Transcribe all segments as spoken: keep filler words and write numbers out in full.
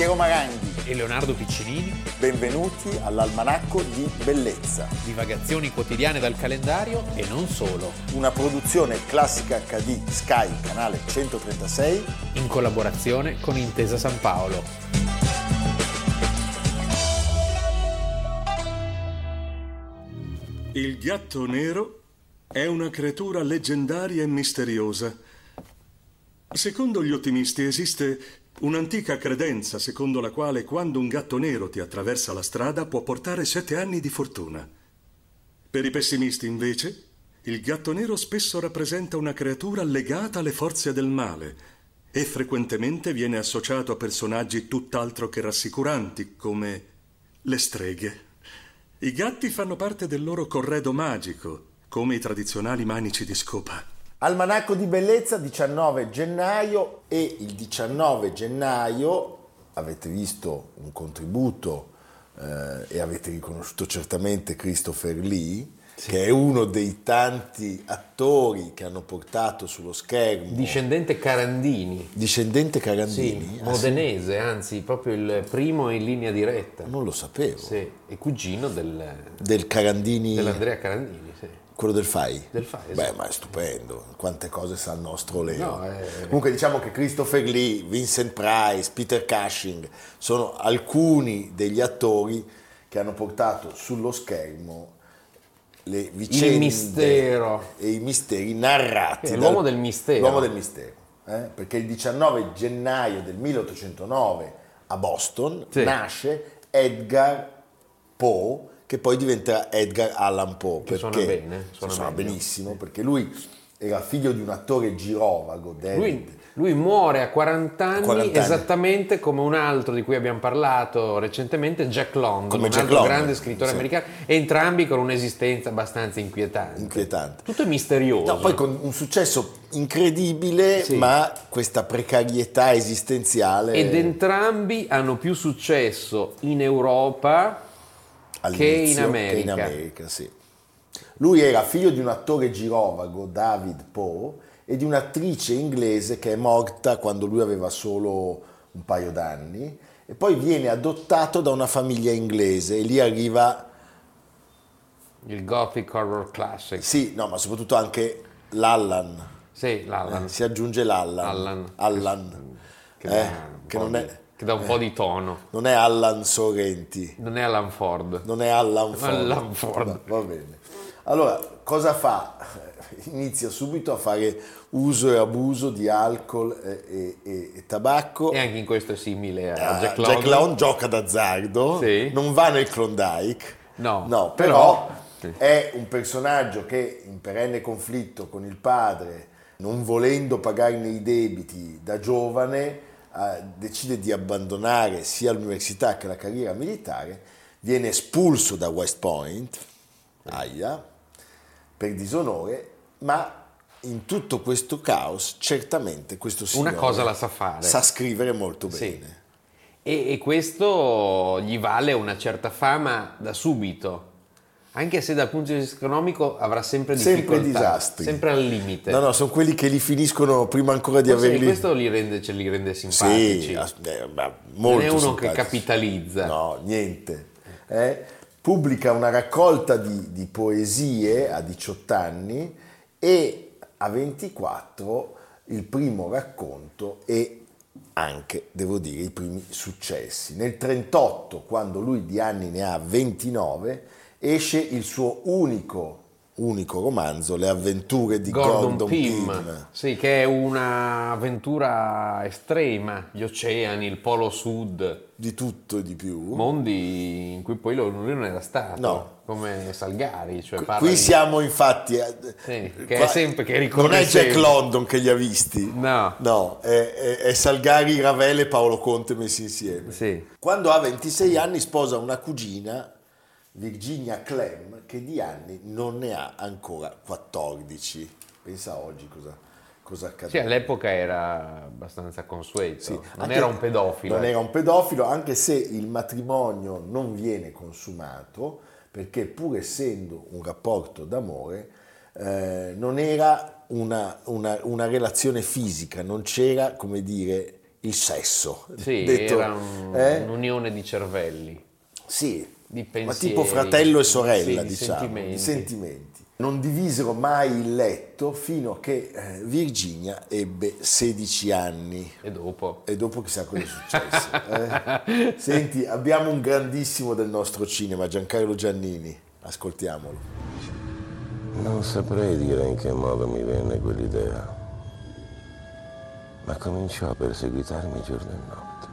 Piero Maranghi e Leonardo Piccinini. Benvenuti all'Almanacco di Bellezza. Divagazioni quotidiane dal calendario e non solo. Una produzione Classica acca di Sky, canale centotrentasei. In collaborazione con Intesa San Paolo. Il gatto nero è una creatura leggendaria e misteriosa. Secondo gli ottimisti esiste un'antica credenza secondo la quale quando un gatto nero ti attraversa la strada può portare sette anni di fortuna. Per i pessimisti, invece, il gatto nero spesso rappresenta una creatura legata alle forze del male e frequentemente viene associato a personaggi tutt'altro che rassicuranti, come le streghe. I gatti fanno parte del loro corredo magico, come i tradizionali manici di scopa. Almanacco di Bellezza, diciannove gennaio, e il diciannove gennaio avete visto un contributo eh, e avete riconosciuto certamente Christopher Lee, sì, che è uno dei tanti attori che hanno portato sullo schermo. Discendente Carandini. Discendente Carandini? Sì, modenese, anzi, proprio il primo in linea diretta. Non lo sapevo. Sì, e cugino del, del Carandini. Dell'Andrea Carandini, sì. Quello del Fai? Del Fai, Beh, esatto. Ma è stupendo, quante cose sa il nostro Leo. No, è... Comunque diciamo che Christopher Lee, Vincent Price, Peter Cushing sono alcuni degli attori che hanno portato sullo schermo le vicende il mistero e i misteri narrati. È l'uomo dal, del mistero. L'uomo del mistero, eh? Perché il diciannove gennaio del milleottocentonove a Boston, sì, nasce Edgar Poe, che poi diventerà Edgar Allan Poe. Che suona bene, suona, suona benissimo, perché lui era figlio di un attore girovago, David. Lui, lui muore a quaranta anni, quaranta anni, esattamente come un altro di cui abbiamo parlato recentemente, Jack London, come un Jack altro London, grande scrittore sì, americano, entrambi con un'esistenza abbastanza inquietante. Inquietante. Tutto è misterioso. No, poi con un successo incredibile, sì, ma questa precarietà esistenziale. Ed entrambi hanno più successo in Europa che in America. Che in America, sì. Lui era figlio di un attore girovago, David Poe, e di un'attrice inglese che è morta quando lui aveva solo un paio d'anni, e poi viene adottato da una famiglia inglese, e lì arriva il Gothic Horror Classic. Sì, no, ma soprattutto anche l'Allan. Sì, l'Allan. Eh, si aggiunge l'Allan. Allan. Allan. Che, eh, che non di, è... che dà un eh, po' di tono. Non è Allan Sorrenti. Non è Alan Ford. Non è Allan Ford. Allan Ford. Va, va bene. Allora, cosa fa? Inizia subito a fare uso e abuso di alcol e, e, e, e tabacco. E anche in questo è simile a uh, Jack London. Jack London gioca d'azzardo, sì, non va nel Klondike. No, no però, però è un personaggio che in perenne conflitto con il padre, non volendo pagarne i debiti da giovane, Uh, decide di abbandonare sia l'università che la carriera militare, viene espulso da West Point, aia, per disonore, ma in tutto questo caos certamente questo signore una cosa la sa fare, sa scrivere molto bene. Sì. E, e questo gli vale una certa fama da subito, anche se dal punto di vista economico avrà sempre difficoltà, sempre disastri, sempre al limite. No, no, sono quelli che li finiscono prima ancora di Forse averli. Questo li rende, ce li rende simpatici. Sì, eh, ma molto non è uno simpatici. che capitalizza. No, niente. Eh? Pubblica una raccolta di, di poesie a diciotto anni e a ventiquattro il primo racconto e anche, devo dire, i primi successi. Nel trentotto, quando lui di anni ne ha ventinove, esce il suo unico, unico romanzo, Le avventure di Gordon, Gordon Pym, Pym. Sì, che è un'avventura estrema, gli oceani, il polo sud. Di tutto e di più. Mondi in cui poi lui non era stato, no, come Salgari. Cioè Qui di... siamo infatti... Sì, che è sempre che non è sempre. Jack London che li ha visti. No. No, è, è, è Salgari, Ravel e Paolo Conte messi insieme. Sì. Quando ha ventisei anni sposa una cugina, Virginia Clem, che di anni non ne ha ancora quattordici. Pensa oggi cosa, cosa accade. Sì, all'epoca era abbastanza consueto, sì, non era un pedofilo. Non era un pedofilo, anche se il matrimonio non viene consumato, perché pur essendo un rapporto d'amore, eh, non era una, una, una relazione fisica, non c'era, come dire, il sesso. Sì, detto, era un, eh? un'unione di cervelli. Sì, Di ma pensieri, tipo fratello e sorella, sì, di diciamo, sentimenti. di sentimenti. Non divisero mai il letto fino a che eh, Virginia ebbe sedici anni. E dopo? E dopo chissà cosa è successo. eh? Senti, abbiamo un grandissimo del nostro cinema, Giancarlo Giannini. Ascoltiamolo. Non saprei dire in che modo mi venne quell'idea, ma cominciò a perseguitarmi giorno e notte.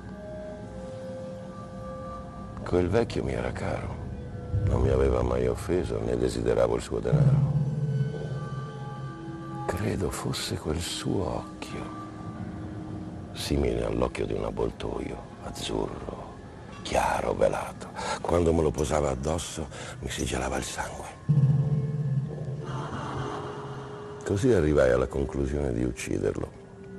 Quel vecchio mi era caro, non mi aveva mai offeso né desideravo il suo denaro. Credo fosse quel suo occhio, simile all'occhio di un avvoltoio, azzurro, chiaro, velato. Quando me lo posava addosso mi si gelava il sangue. Così arrivai alla conclusione di ucciderlo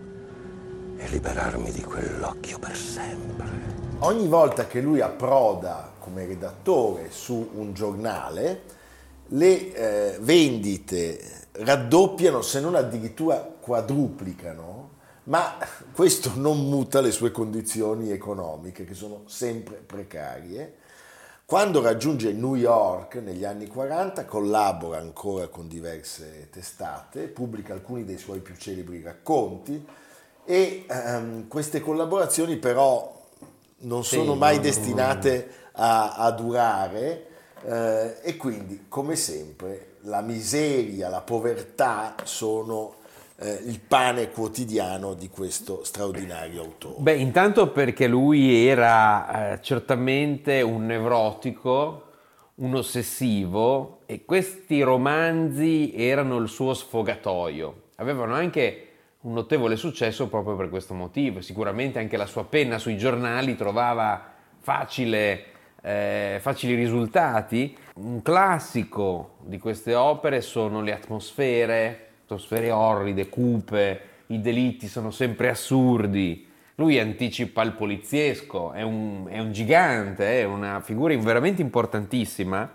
e liberarmi di quell'occhio per sempre. Ogni volta che lui approda come redattore su un giornale, le eh, vendite raddoppiano, se non addirittura quadruplicano, ma questo non muta le sue condizioni economiche, che sono sempre precarie. Quando raggiunge New York negli anni quaranta, collabora ancora con diverse testate, pubblica alcuni dei suoi più celebri racconti e ehm, queste collaborazioni però non sono sì, mai no, destinate a, a durare eh, e quindi, come sempre, la miseria, la povertà sono eh, il pane quotidiano di questo straordinario autore. Beh, intanto perché lui era eh, certamente un nevrotico, un ossessivo, e questi romanzi erano il suo sfogatoio. Avevano anche un notevole successo proprio per questo motivo. Sicuramente anche la sua penna sui giornali trovava facile, eh, facili risultati. Un classico di queste opere sono le atmosfere, atmosfere orride, cupe, i delitti sono sempre assurdi. Lui anticipa il poliziesco, è un, è un gigante, è una figura veramente importantissima,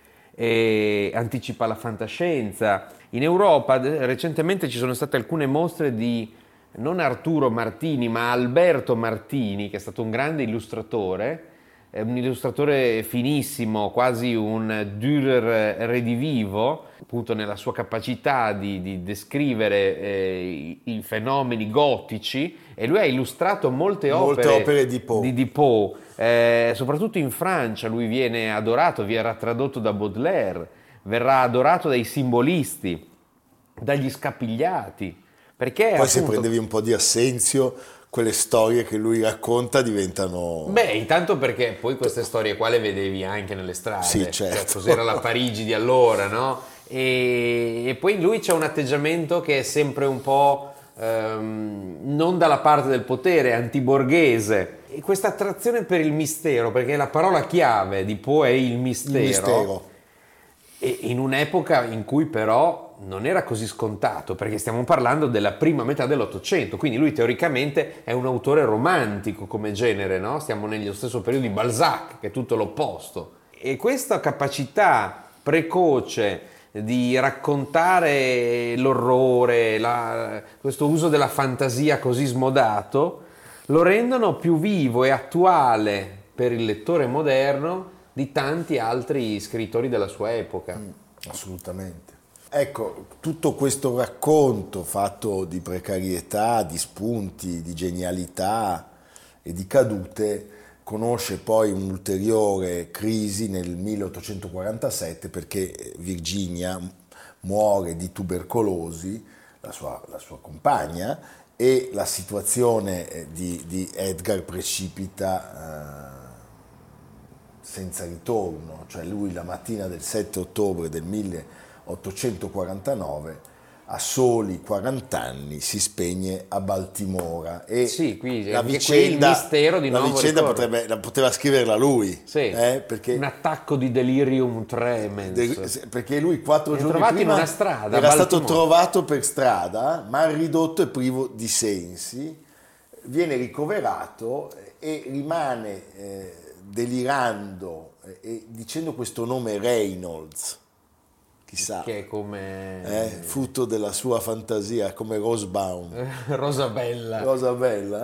e anticipa la fantascienza. In Europa recentemente ci sono state alcune mostre di non Arturo Martini ma Alberto Martini, che è stato un grande illustratore, è un illustratore finissimo, quasi un Dürer redivivo, appunto nella sua capacità di, di descrivere eh, i, i fenomeni gotici, e lui ha illustrato molte opere, molte opere di Poe, di, di Poe. Eh, soprattutto in Francia lui viene adorato, verrà tradotto da Baudelaire, verrà adorato dai simbolisti, dagli scapigliati, perché poi appunto, se prendevi un po' di Assenzio, quelle storie che lui racconta diventano... Beh, intanto perché poi queste storie qua le vedevi anche nelle strade, sì, certo. Cioè, Cos'era la Parigi di allora, no? E, e poi lui c'ha un atteggiamento che è sempre un po' ehm, non dalla parte del potere, antiborghese, e questa attrazione per il mistero, perché la parola chiave di Poe è il mistero, il mistero. E in un'epoca in cui però non era così scontato, perché stiamo parlando della prima metà dell'Ottocento, quindi lui teoricamente è un autore romantico come genere, no? Stiamo nello stesso periodo di Balzac, che è tutto l'opposto. E questa capacità precoce di raccontare l'orrore, la, questo uso della fantasia così smodato, lo rendono più vivo e attuale per il lettore moderno di tanti altri scrittori della sua epoca. Mm, assolutamente. Ecco, tutto questo racconto fatto di precarietà, di spunti, di genialità e di cadute conosce poi un'ulteriore crisi nel milleottocentoquarantasette, perché Virginia muore di tubercolosi, la sua, la sua compagna, e la situazione di, di Edgar precipita eh, senza ritorno, cioè lui la mattina del sette ottobre del milleottocentoquarantanove, a soli quaranta anni, si spegne a Baltimora. E sì, qui la qui vicenda, il mistero di la nuovo vicenda ricorre. potrebbe, la poteva scriverla lui, sì, eh, perché, un attacco di delirium tremens, de, perché lui quattro giorni trovato prima in una strada, era Baltimora. stato trovato per strada, mal ridotto e privo di sensi, viene ricoverato e rimane eh, delirando e dicendo questo nome Reynolds, chissà, che è come eh, frutto della sua fantasia, come Rosbaum, Rosabella. Rosabella,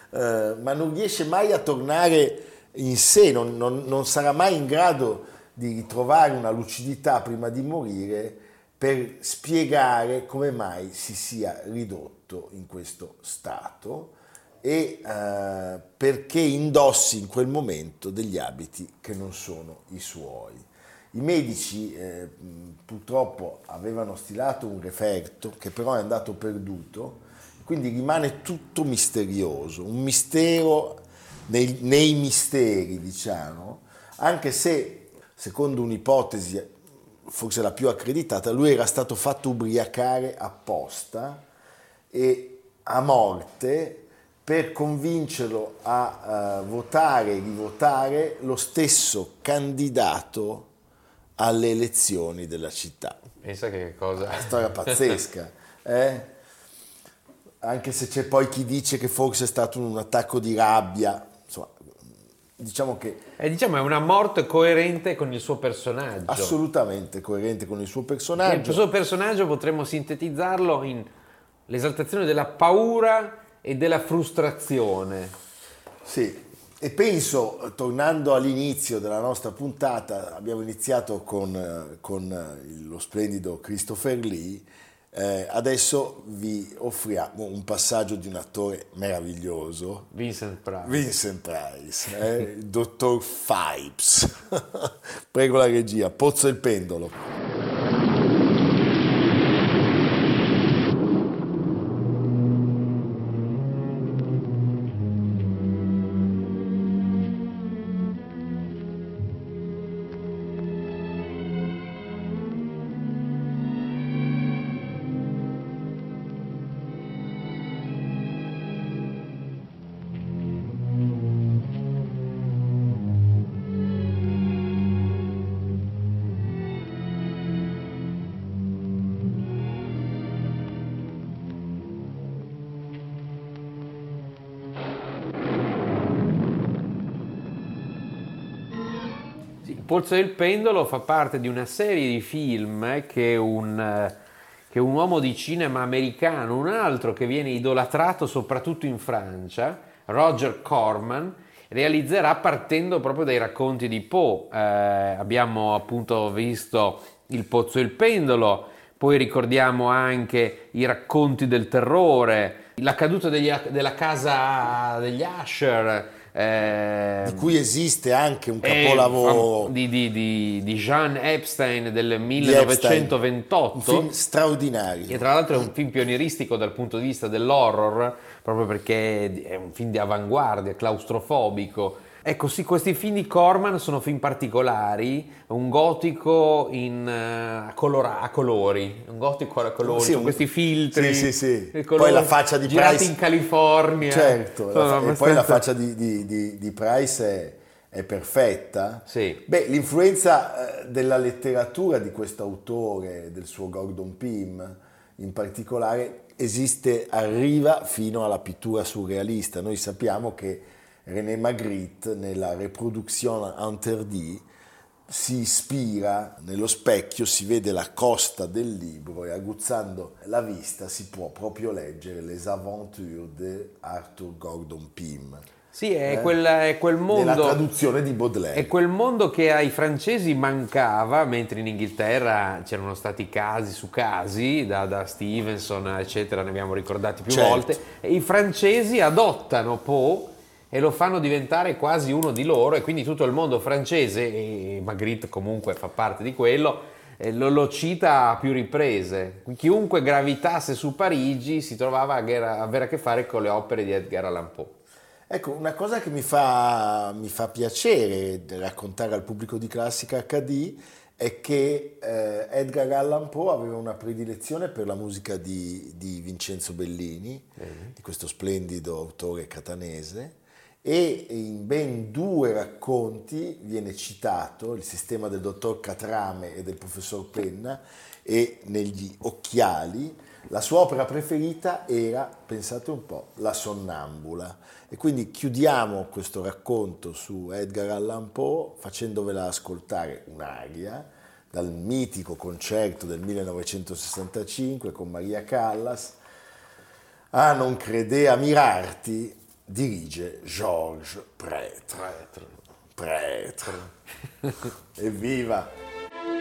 eh, ma non riesce mai a tornare in sé, non, non, non sarà mai in grado di ritrovare una lucidità prima di morire per spiegare come mai si sia ridotto in questo stato e eh, perché indossi in quel momento degli abiti che non sono i suoi. I medici eh, purtroppo avevano stilato un referto che però è andato perduto, quindi rimane tutto misterioso, un mistero nei, nei misteri, diciamo, anche se, secondo un'ipotesi, forse la più accreditata, lui era stato fatto ubriacare apposta e a morte per convincerlo a uh, votare e rivotare lo stesso candidato alle elezioni della città. Pensa che cosa... Una storia pazzesca, eh? Anche se c'è poi chi dice che forse è stato un attacco di rabbia, insomma, diciamo che... Eh, diciamo è una morte coerente con il suo personaggio. Assolutamente coerente con il suo personaggio. Il suo personaggio potremmo sintetizzarlo in l'esaltazione della paura e della frustrazione. Sì, e penso, tornando all'inizio della nostra puntata, abbiamo iniziato con, con lo splendido Christopher Lee, eh, adesso vi offriamo un passaggio di un attore meraviglioso, Vincent Price. Vincent Price, eh, il dottor Phibes. Prego la regia, Pozzo il pendolo. Pozzo del Pendolo fa parte di una serie di film che un, che un uomo di cinema americano, un altro che viene idolatrato soprattutto in Francia, Roger Corman, realizzerà partendo proprio dai racconti di Poe. Eh, abbiamo appunto visto Il Pozzo del Pendolo, poi ricordiamo anche i racconti del terrore, la caduta degli, della casa degli Usher, Eh, di cui esiste anche un capolavoro eh, di, di, di, di Jean Epstein del millenovecentoventotto, Epstein, un film straordinario, e tra l'altro è un film pionieristico dal punto di vista dell'horror, proprio perché è un film di avanguardia, claustrofobico. Ecco sì, questi film di Corman sono film particolari, un gotico in, uh, colora, a colori, un gotico a colori, sì, con questi filtri, sì, sì, sì. Colori, poi la faccia di girati Price in California, certo, la fa- abbastanza... e poi la faccia di, di, di, di Price è, è perfetta. Sì. Beh, l'influenza della letteratura di questo autore, del suo Gordon Pym in particolare, esiste, arriva fino alla pittura surrealista. Noi sappiamo che René Magritte nella Reproduction interdite si ispira, nello specchio si vede la costa del libro e aguzzando la vista si può proprio leggere Les Aventures di Arthur Gordon Pym. Sì, è, eh? quel, è quel mondo... Nella traduzione di Baudelaire. È quel mondo che ai francesi mancava, mentre in Inghilterra c'erano stati casi su casi, da, da Stevenson, eccetera, ne abbiamo ricordati più certo. volte. E i francesi adottano Poe e lo fanno diventare quasi uno di loro, e quindi tutto il mondo francese, e Magritte comunque fa parte di quello, eh, lo, lo cita a più riprese. Chiunque gravitasse su Parigi si trovava a, a avere a che fare con le opere di Edgar Allan Poe. Ecco, una cosa che mi fa, mi fa piacere raccontare al pubblico di Classica acca di è che eh, Edgar Allan Poe aveva una predilezione per la musica di, di Vincenzo Bellini, mm-hmm. di questo splendido autore catanese, e in ben due racconti viene citato il sistema del dottor Catrame e del professor Penna, e negli Occhiali la sua opera preferita era, pensate un po', La Sonnambula. E quindi chiudiamo questo racconto su Edgar Allan Poe facendovela ascoltare un'aria dal mitico concerto del millenovecentosessantacinque con Maria Callas, Ah non credea mirarti, dirige Georges Prêtre. Prêtre. Evviva!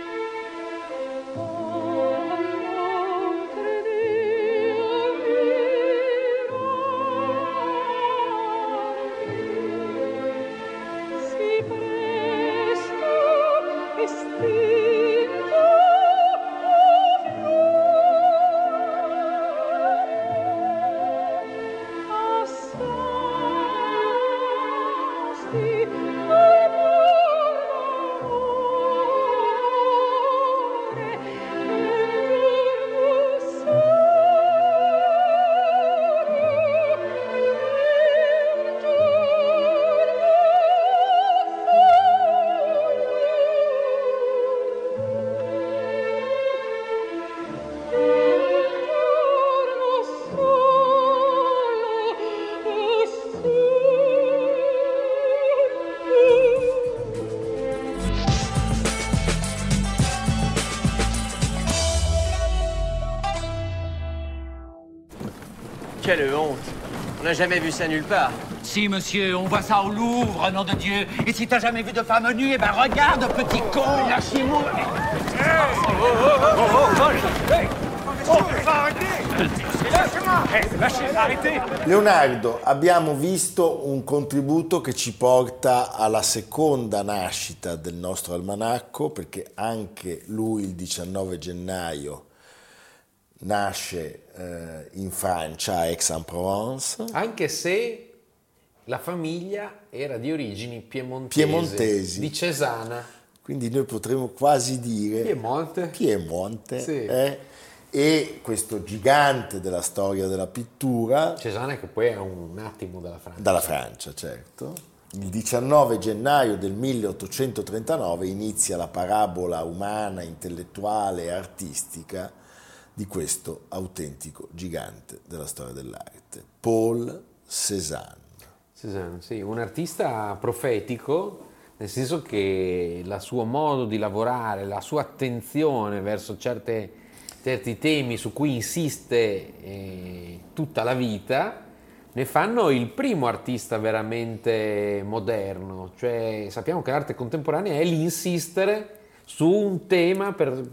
Quelle honte. On n'a jamais vu ça nulle part. Si, monsieur, on voit ça au Louvre, nom de Dieu. Et si t'as jamais vu de femme nue, eh ben regarde, petit con. Lâchez-moi. Oh, oh, oh, oh, oh, hey. Oh, arrêtez. Lâchez, arrêtez. Leonardo, abbiamo visto un contributo che ci porta alla seconda nascita del nostro almanacco, perché anche lui il diciannove gennaio nasce eh, in Francia, a Aix-en-Provence. Anche se la famiglia era di origini piemontesi, piemontesi. di Cesana. Quindi noi potremmo quasi dire Piemonte. Piemonte. Sì. Eh? E questo gigante della storia della pittura. Cesana che poi è un attimo dalla Francia. Dalla Francia, certo. Il diciannove gennaio del milleottocentotrentanove inizia la parabola umana, intellettuale e artistica di questo autentico gigante della storia dell'arte, Paul Cézanne. Cézanne, sì, un artista profetico, nel senso che il suo modo di lavorare, la sua attenzione verso certe, certi temi su cui insiste eh, tutta la vita, ne fanno il primo artista veramente moderno. Cioè, sappiamo che l'arte contemporanea è l'insistere su un tema per...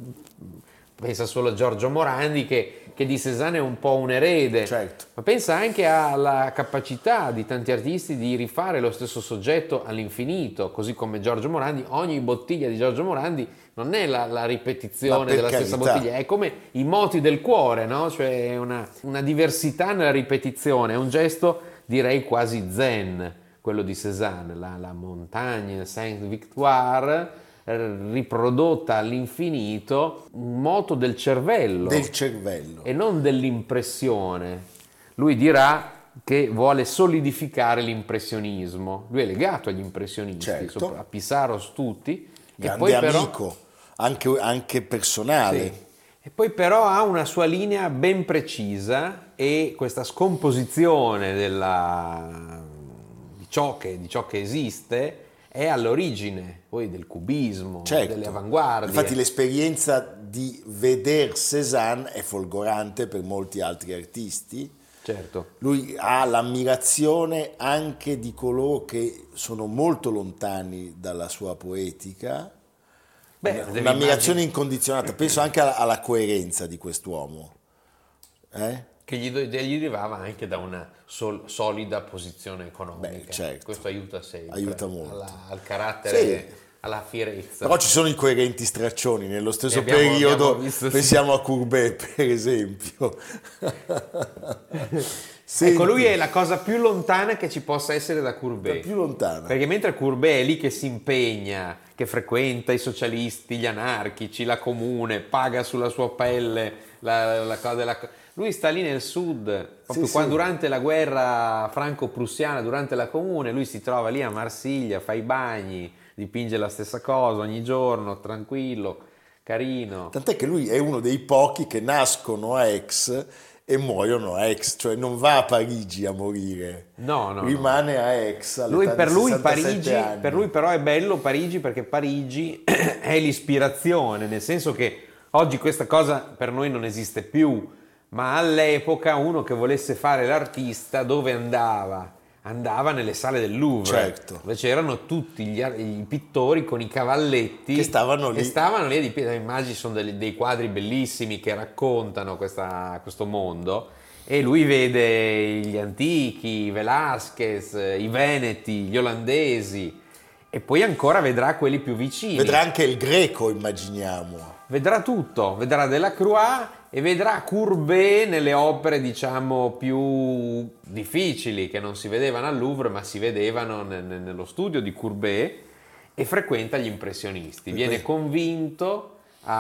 Pensa solo a Giorgio Morandi che, che di Cézanne è un po' un erede, certo. Ma pensa anche alla capacità di tanti artisti di rifare lo stesso soggetto all'infinito, così come Giorgio Morandi. Ogni bottiglia di Giorgio Morandi non è la, la ripetizione della carità. stessa bottiglia, è come i moti del cuore, no? Cioè una, una diversità nella ripetizione, è un gesto direi quasi zen, quello di Cézanne, la, la Montagne Sainte-Victoire, riprodotta all'infinito, un moto del cervello, del cervello e non dell'impressione. Lui dirà che vuole solidificare l'impressionismo. Lui è legato agli impressionisti, certo. sopra, a Pissarros tutti. Grande e poi però, amico, anche, anche personale. Sì. E poi però ha una sua linea ben precisa e questa scomposizione della, di, ciò che, di ciò che esiste è all'origine poi del cubismo, certo. delle avanguardie. Infatti l'esperienza di vedere Cézanne è folgorante per molti altri artisti. Certo. Lui ha l'ammirazione anche di coloro che sono molto lontani dalla sua poetica. Beh, un'ammirazione incondizionata. Penso anche alla, alla coerenza di quest'uomo. Eh? Che gli, gli derivava anche da una sol, solida posizione economica. Beh, certo. Questo aiuta sempre. Aiuta molto. Alla, al carattere, sì. alla fierezza. Però ci sono i coerenti straccioni. Nello stesso abbiamo, periodo abbiamo visto, pensiamo sì. a Courbet, per esempio. Ecco, lui è la cosa più lontana che ci possa essere da Courbet. La più lontana. Perché mentre Courbet è lì che si impegna, che frequenta i socialisti, gli anarchici, la comune, paga sulla sua pelle la, la cosa della... Lui sta lì nel sud, proprio sì, qua, sì. durante la guerra franco-prussiana, durante la comune, lui si trova lì a Marsiglia, fa i bagni, dipinge la stessa cosa ogni giorno, tranquillo, carino. Tant'è che lui è uno dei pochi che nascono a Aix e muoiono a Aix, cioè non va a Parigi a morire, no, no, rimane no. a Aix all'età lui, per di lui sessantasette Parigi, anni. per lui però è bello Parigi perché Parigi è l'ispirazione, nel senso che oggi questa cosa per noi non esiste più, ma all'epoca uno che volesse fare l'artista dove andava? andava nelle sale del Louvre, certo, dove c'erano tutti gli, i pittori con i cavalletti che stavano lì, e stavano lì a dipingere. Immagini, sono dei, dei quadri bellissimi che raccontano questa, questo mondo, e lui vede gli antichi, Velázquez, i veneti, gli olandesi, e poi ancora vedrà quelli più vicini. Vedrà anche il Greco, immaginiamo. Vedrà tutto, vedrà Delacroix e vedrà Courbet nelle opere, diciamo, più difficili, che non si vedevano al Louvre ma si vedevano ne- ne- nello studio di Courbet, e frequenta gli impressionisti. Viene convinto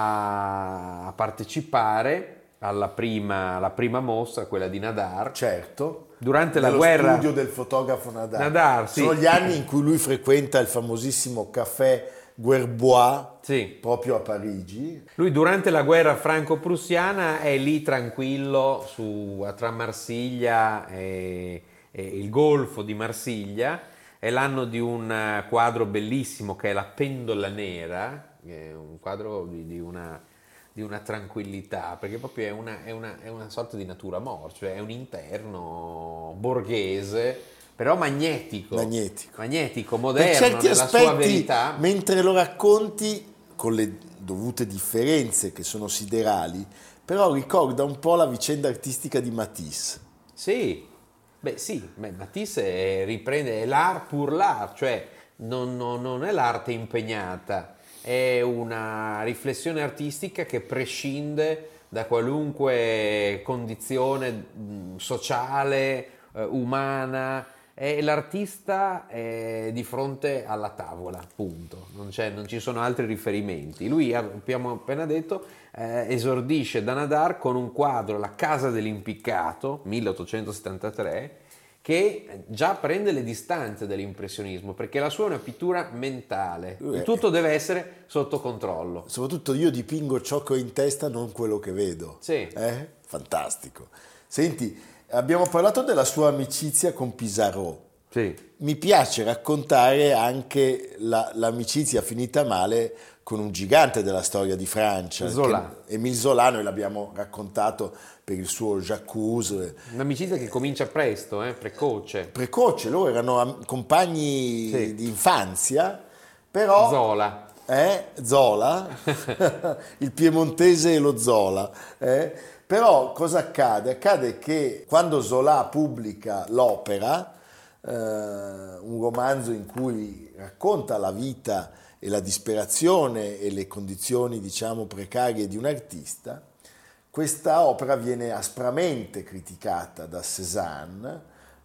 a, a partecipare alla prima, alla prima mostra, quella di Nadar. Certo. Durante la nello guerra. studio del fotografo Nadar. Nadar, sì. Sono gli anni in cui lui frequenta il famosissimo caffè Guerbois, sì, proprio a Parigi. Lui durante la guerra franco-prussiana è lì tranquillo su, tra Marsiglia e, e il golfo di Marsiglia. È l'anno di un quadro bellissimo che è La pendola nera, è un quadro di, di, una, di una tranquillità, perché proprio è una, è, una, è una sorta di natura morta, cioè è un interno borghese, però magnetico, Magnetico, magnetico moderno, per certi nella aspetti, sua verità. Mentre lo racconti, con le dovute differenze che sono siderali, però ricorda un po' la vicenda artistica di Matisse. Sì, beh sì, beh, Matisse è, riprende, è l'art pour l'art, cioè non, non, non è l'arte impegnata, è una riflessione artistica che prescinde da qualunque condizione mh, sociale, eh, umana. E l'artista è di fronte alla tavola, punto, non, c'è, non ci sono altri riferimenti. Lui, abbiamo appena detto, eh, esordisce da Nadar con un quadro, La casa dell'impiccato, milleottocentosettantatré, che già prende le distanze dell'impressionismo, perché la sua è una pittura mentale, Eh. tutto deve essere sotto controllo. Soprattutto io dipingo ciò che ho in testa, non quello che vedo. Sì. Eh? Fantastico. Senti, abbiamo parlato della sua amicizia con Pissarro. Sì. Mi piace raccontare anche la, l'amicizia finita male con un gigante della storia di Francia. Zola. Émile Zola, noi l'abbiamo raccontato per il suo J'accuse. Un'amicizia che comincia presto, eh, precoce. Precoce, loro erano am- compagni Sì. di infanzia, però... Zola. Eh? Zola? Il piemontese e lo Zola. Eh? Però cosa accade? Accade che quando Zola pubblica l'opera, eh, un romanzo in cui racconta la vita e la disperazione e le condizioni, diciamo, precarie di un artista, questa opera viene aspramente criticata da Cézanne,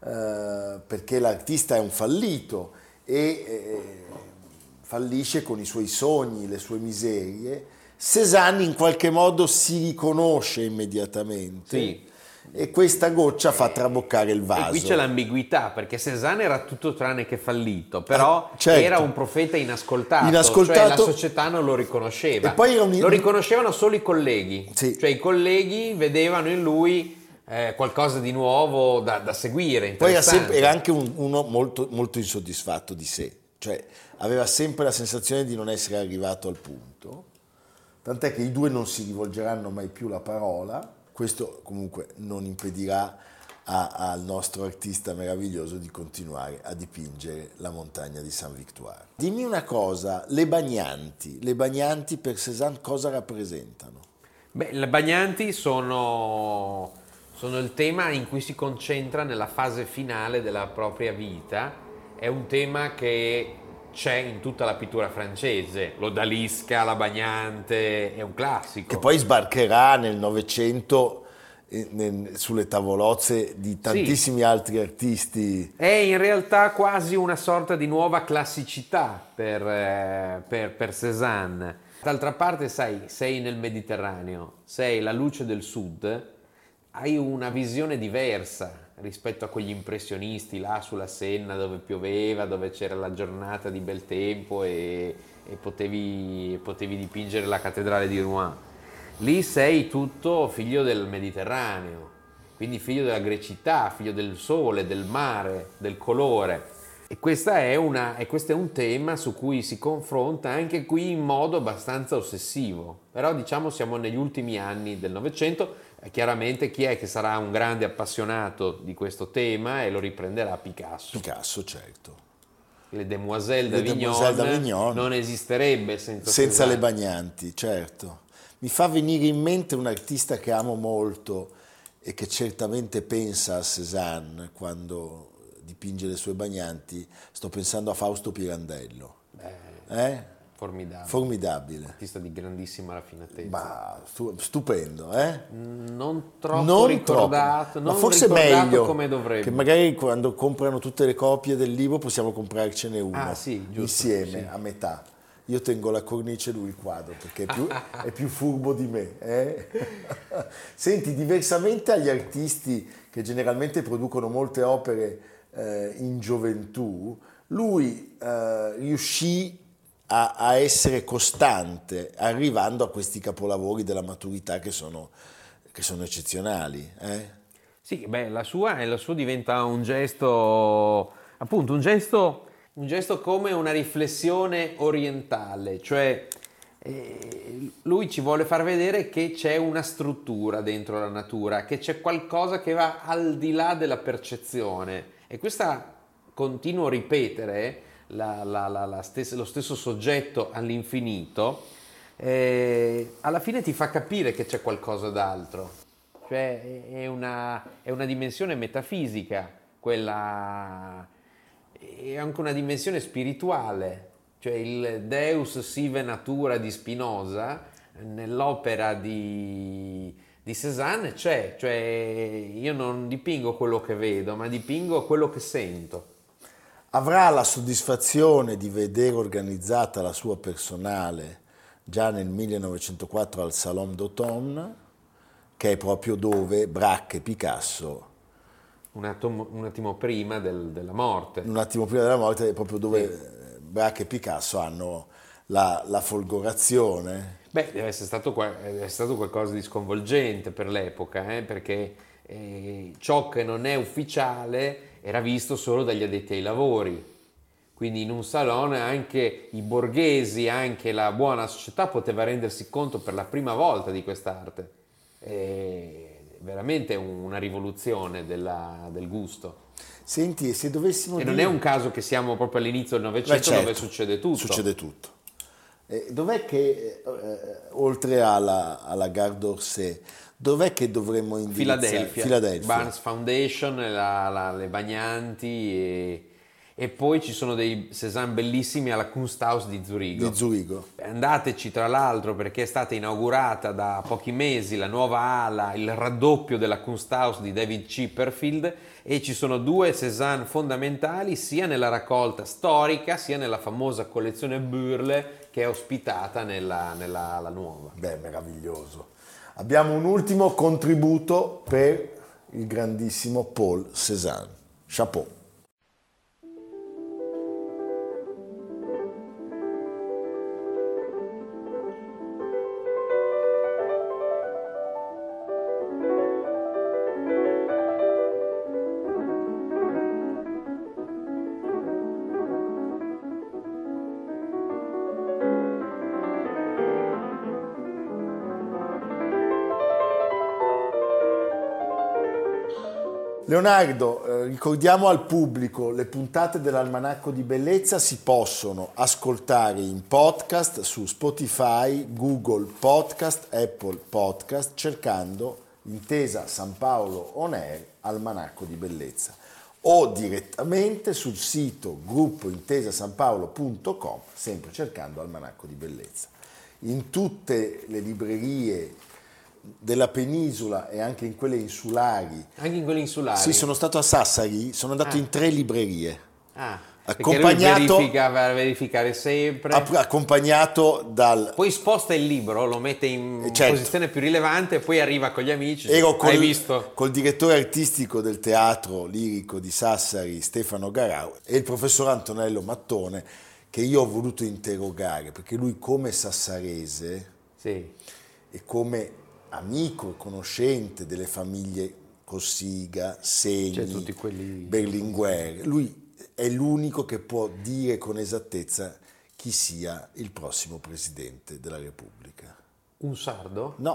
eh, perché l'artista è un fallito e eh, fallisce con i suoi sogni, le sue miserie. Cézanne in qualche modo si riconosce immediatamente, Sì. e questa goccia fa traboccare il vaso. E qui c'è l'ambiguità, perché Cézanne era tutto tranne che fallito, però Ah, certo. era un profeta inascoltato, Inascoltato. cioè la società non lo riconosceva. E poi era un- Lo riconoscevano solo i colleghi, Sì. cioè i colleghi vedevano in lui eh, qualcosa di nuovo da, da seguire, Poi era, interessante. sempre, era anche un- uno molto, molto insoddisfatto di sé, cioè aveva sempre la sensazione di non essere arrivato al punto, tant'è che i due non si rivolgeranno mai più la parola. Questo comunque non impedirà a, al nostro artista meraviglioso di continuare a dipingere la montagna di Saint-Victoire. Dimmi una cosa, le bagnanti, le bagnanti per Cézanne cosa rappresentano? Beh, le bagnanti sono, sono il tema in cui si concentra nella fase finale della propria vita. È un tema che c'è in tutta la pittura francese, l'odalisca, la bagnante, è un classico. Che poi sbarcherà nel Novecento eh, nel- sulle tavolozze di tantissimi Sì. altri artisti. È in realtà quasi una sorta di nuova classicità per, eh, per, per Cézanne. D'altra parte, sai, sei nel Mediterraneo, sei la luce del sud, hai una visione diversa rispetto a quegli impressionisti là sulla Senna, dove pioveva, dove c'era la giornata di bel tempo e, e potevi, potevi dipingere la cattedrale di Rouen. Lì sei tutto figlio del Mediterraneo, quindi figlio della grecità, figlio del sole, del mare, del colore. E, questa è una, e questo è un tema su cui si confronta anche qui in modo abbastanza ossessivo. Però diciamo siamo negli ultimi anni del Novecento, chiaramente chi è che sarà un grande appassionato di questo tema e lo riprenderà? Picasso. Picasso, certo. Le Demoiselles Le d'Avignon, Demoiselles d'Avignon non esisterebbe senza, senza Cézanne. le bagnanti, certo. Mi fa venire in mente un artista che amo molto e che certamente pensa a Cézanne quando dipinge le sue bagnanti. Sto pensando a Fausto Pirandello. Eh? Formidabile. Formidabile. Artista di grandissima raffinatezza. Ma stu- stupendo, eh? Non troppo Non ricordato, troppo. non Ma forse ricordato meglio come dovrebbe. che magari quando comprano tutte le copie del libro possiamo comprarcene uno Ah, sì, giusto, insieme sì. a metà. Io tengo la cornice e lui il quadro perché è più, è più furbo di me. Eh? Senti, diversamente agli artisti che generalmente producono molte opere eh, in gioventù, lui eh, riuscì a, a essere costante, arrivando a questi capolavori della maturità che sono, che sono eccezionali. Eh? Sì, beh, la sua, la sua diventa un gesto, appunto, un gesto, un gesto come una riflessione orientale, cioè eh, lui ci vuole far vedere che c'è una struttura dentro la natura, che c'è qualcosa che va al di là della percezione, e questa continuo a ripetere la, la, la, la stessa, lo stesso soggetto all'infinito, eh, alla fine ti fa capire che c'è qualcosa d'altro. Cioè è una, è una dimensione metafisica, quella è anche una dimensione spirituale, cioè il Deus sive natura di Spinoza nell'opera di, di Cézanne c'è, cioè io non dipingo quello che vedo, ma dipingo quello che sento. Avrà la soddisfazione di vedere organizzata la sua personale già nel millenovecentoquattro al Salon d'Automne, che è proprio dove Braque e Picasso, un attimo, un attimo prima del, della morte. Un attimo prima della morte è proprio dove sì. Braque e Picasso hanno la, la folgorazione. Beh, deve essere stato, deve essere stato qualcosa di sconvolgente per l'epoca, eh, perché eh, ciò che non è ufficiale era visto solo dagli addetti ai lavori. Quindi in un salone anche i borghesi, anche la buona società poteva rendersi conto per la prima volta di quest'arte. È veramente una rivoluzione della, del gusto. Senti, e se dovessimo e dire... non è un caso che siamo proprio all'inizio del Novecento, certo, dove succede tutto. Succede tutto. Eh, dov'è che, eh, oltre alla, alla Gare d'Orsay, dov'è che dovremmo indirizzare? Filadelfia, Filadelfia. Barnes Foundation, la, la, le bagnanti e... E poi ci sono dei Cézanne bellissimi alla Kunsthaus di Zurigo. Di Zurigo. Andateci tra l'altro perché è stata inaugurata da pochi mesi la nuova ala, il raddoppio della Kunsthaus di David Chipperfield, e ci sono due Cézanne fondamentali sia nella raccolta storica sia nella famosa collezione Burle che è ospitata nella, nella la nuova. Beh, meraviglioso. Abbiamo un ultimo contributo per il grandissimo Paul Cézanne. Chapeau. Leonardo, eh, ricordiamo al pubblico, le puntate dell'Almanacco di Bellezza si possono ascoltare in podcast su Spotify, Google Podcast, Apple Podcast, cercando Intesa San Paolo On Air Almanacco di Bellezza, o direttamente sul sito gruppo intesa san paolo punto com, sempre cercando Almanacco di Bellezza. In tutte le librerie della penisola e anche in quelle insulari. Anche in quelle insulari? Sì, sono stato a Sassari, sono andato ah. in tre librerie. Ah, accompagnato, verifica, va a verificare sempre. Accompagnato dal... Poi sposta il libro, lo mette in certo. posizione più rilevante e poi arriva con gli amici. Ero col, Hai visto? Col direttore artistico del teatro lirico di Sassari, Stefano Garau, e il professor Antonello Mattone, che io ho voluto interrogare, perché lui come sassarese sì. e come amico e conoscente delle famiglie Cossiga, Segni, cioè, tutti quelli... Berlinguer, lui è l'unico che può dire con esattezza chi sia il prossimo presidente della Repubblica. Un sardo? No,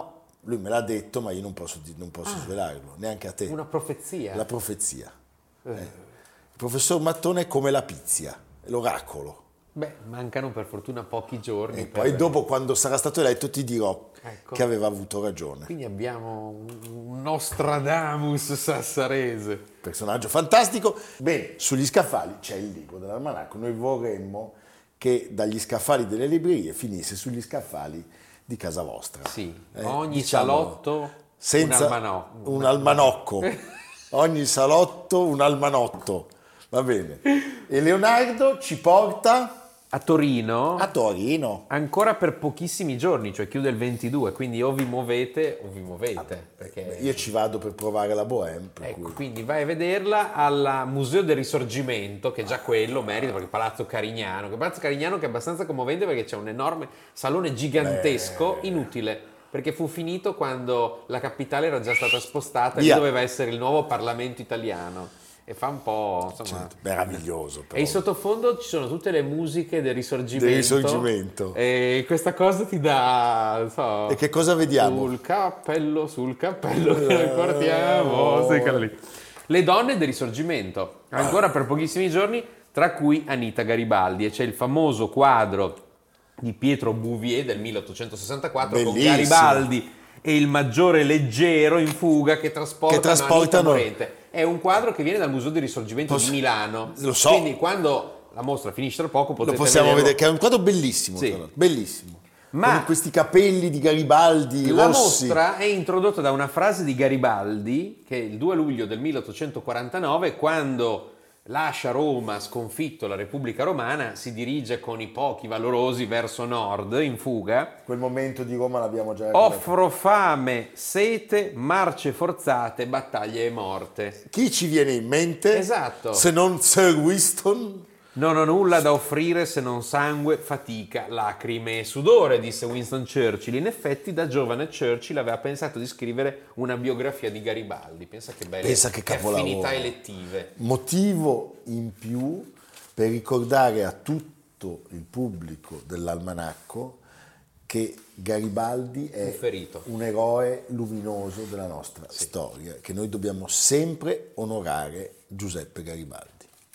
Lui me l'ha detto, ma io non posso, non posso Ah. svelarlo, neanche a te. Una profezia. La profezia. Eh. Eh. Il professor Mattone è come la pizia, è l'oracolo. Beh, mancano per fortuna pochi giorni. E per- poi dopo, quando sarà stato eletto, ti dirò Ecco. che aveva avuto ragione. Quindi abbiamo un Nostradamus sassarese. Personaggio fantastico. Bene, sugli scaffali c'è il libro dell'almanacco. Noi vorremmo che dagli scaffali delle librerie finisse sugli scaffali di casa vostra. Sì, Eh, ogni diciamo, salotto senza un almanò. un almanocco. Ogni salotto un almanotto. Va bene. E Leonardo ci porta A Torino a Torino. ancora per pochissimi giorni, cioè chiude il ventidue, quindi o vi muovete o vi muovete. Perché... Io ci vado per provare la Bohème. Per Ecco, cui... quindi vai a vederla al Museo del Risorgimento, che già quello merita, perché Palazzo Carignano, che Palazzo Carignano che è abbastanza commovente perché c'è un enorme salone gigantesco, Beh. inutile, perché fu finito quando la capitale era già stata spostata e lì Via. doveva essere il nuovo Parlamento italiano. E fa un po', insomma... Certo, meraviglioso. Però. E in sottofondo ci sono tutte le musiche del Risorgimento. Del Risorgimento. E questa cosa ti dà, non so... E che cosa vediamo? Sul cappello, sul cappello che noi portiamo. Sì, quella lì. Le donne del Risorgimento, ancora per pochissimi giorni, tra cui Anita Garibaldi. E c'è il famoso quadro di Pietro Bouvier del milleottocentosessantaquattro con Bellissimo. Garibaldi e il maggiore leggero in fuga che trasportano, Che trasportano- Anita Morente. È un quadro che viene dal Museo del Risorgimento Posso- di Milano. Lo so. Quindi quando la mostra finisce tra poco Lo potete possiamo vederlo. vedere, che è un quadro bellissimo, Sì. tra l'altro, bellissimo. Ma- Con questi capelli di Garibaldi La rossi. mostra è introdotta da una frase di Garibaldi che il due luglio del milleottocentoquarantanove, quando lascia Roma, sconfitto la Repubblica Romana, si dirige con i pochi valorosi verso nord in fuga. Quel momento di Roma l'abbiamo già ricordato. Offro fame, sete, marce forzate, battaglie e morte. Chi ci viene in mente? Esatto. Se non Sir Winston? Non ho nulla da offrire se non sangue, fatica, lacrime e sudore, disse Winston Churchill. In effetti, da giovane Churchill aveva pensato di scrivere una biografia di Garibaldi. Pensa che belle Pensa che capolavoro. affinità elettive. Motivo in più per ricordare a tutto il pubblico dell'almanacco che Garibaldi è Un ferito. un eroe luminoso della nostra storia, che noi dobbiamo sempre onorare Giuseppe Garibaldi.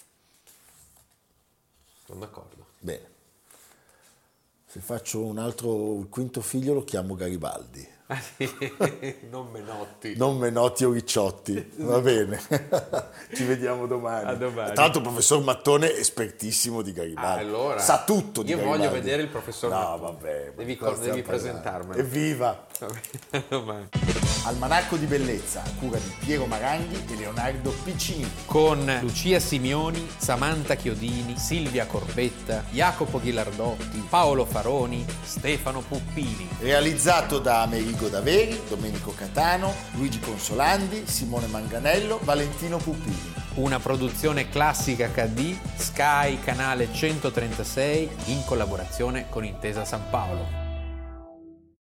Sono d'accordo. Bene, se faccio un altro, il quinto figlio lo chiamo Garibaldi, Ah, sì. Non Menotti. non Menotti o Ricciotti, va bene, ci vediamo domani. A domani. Tra l'altro il professor Mattone è espertissimo di Garibaldi, Ah, allora. sa tutto di Io Garibaldi. voglio vedere il professor No, Mattone. vabbè. ma Devi, di cosa devi stiamo parlando? presentarmelo. Evviva! A domani. Almanacco di bellezza, a cura di Piero Maranghi e Leonardo Piccini. Con Lucia Simioni, Samantha Chiodini, Silvia Corbetta, Jacopo Ghilardotti, Paolo Faroni, Stefano Puppini. Realizzato da Amerigo Daveri, Domenico Catano, Luigi Consolandi, Simone Manganello, Valentino Puppini. Una produzione classica acca di Sky, canale centotrentasei, in collaborazione con Intesa San Paolo.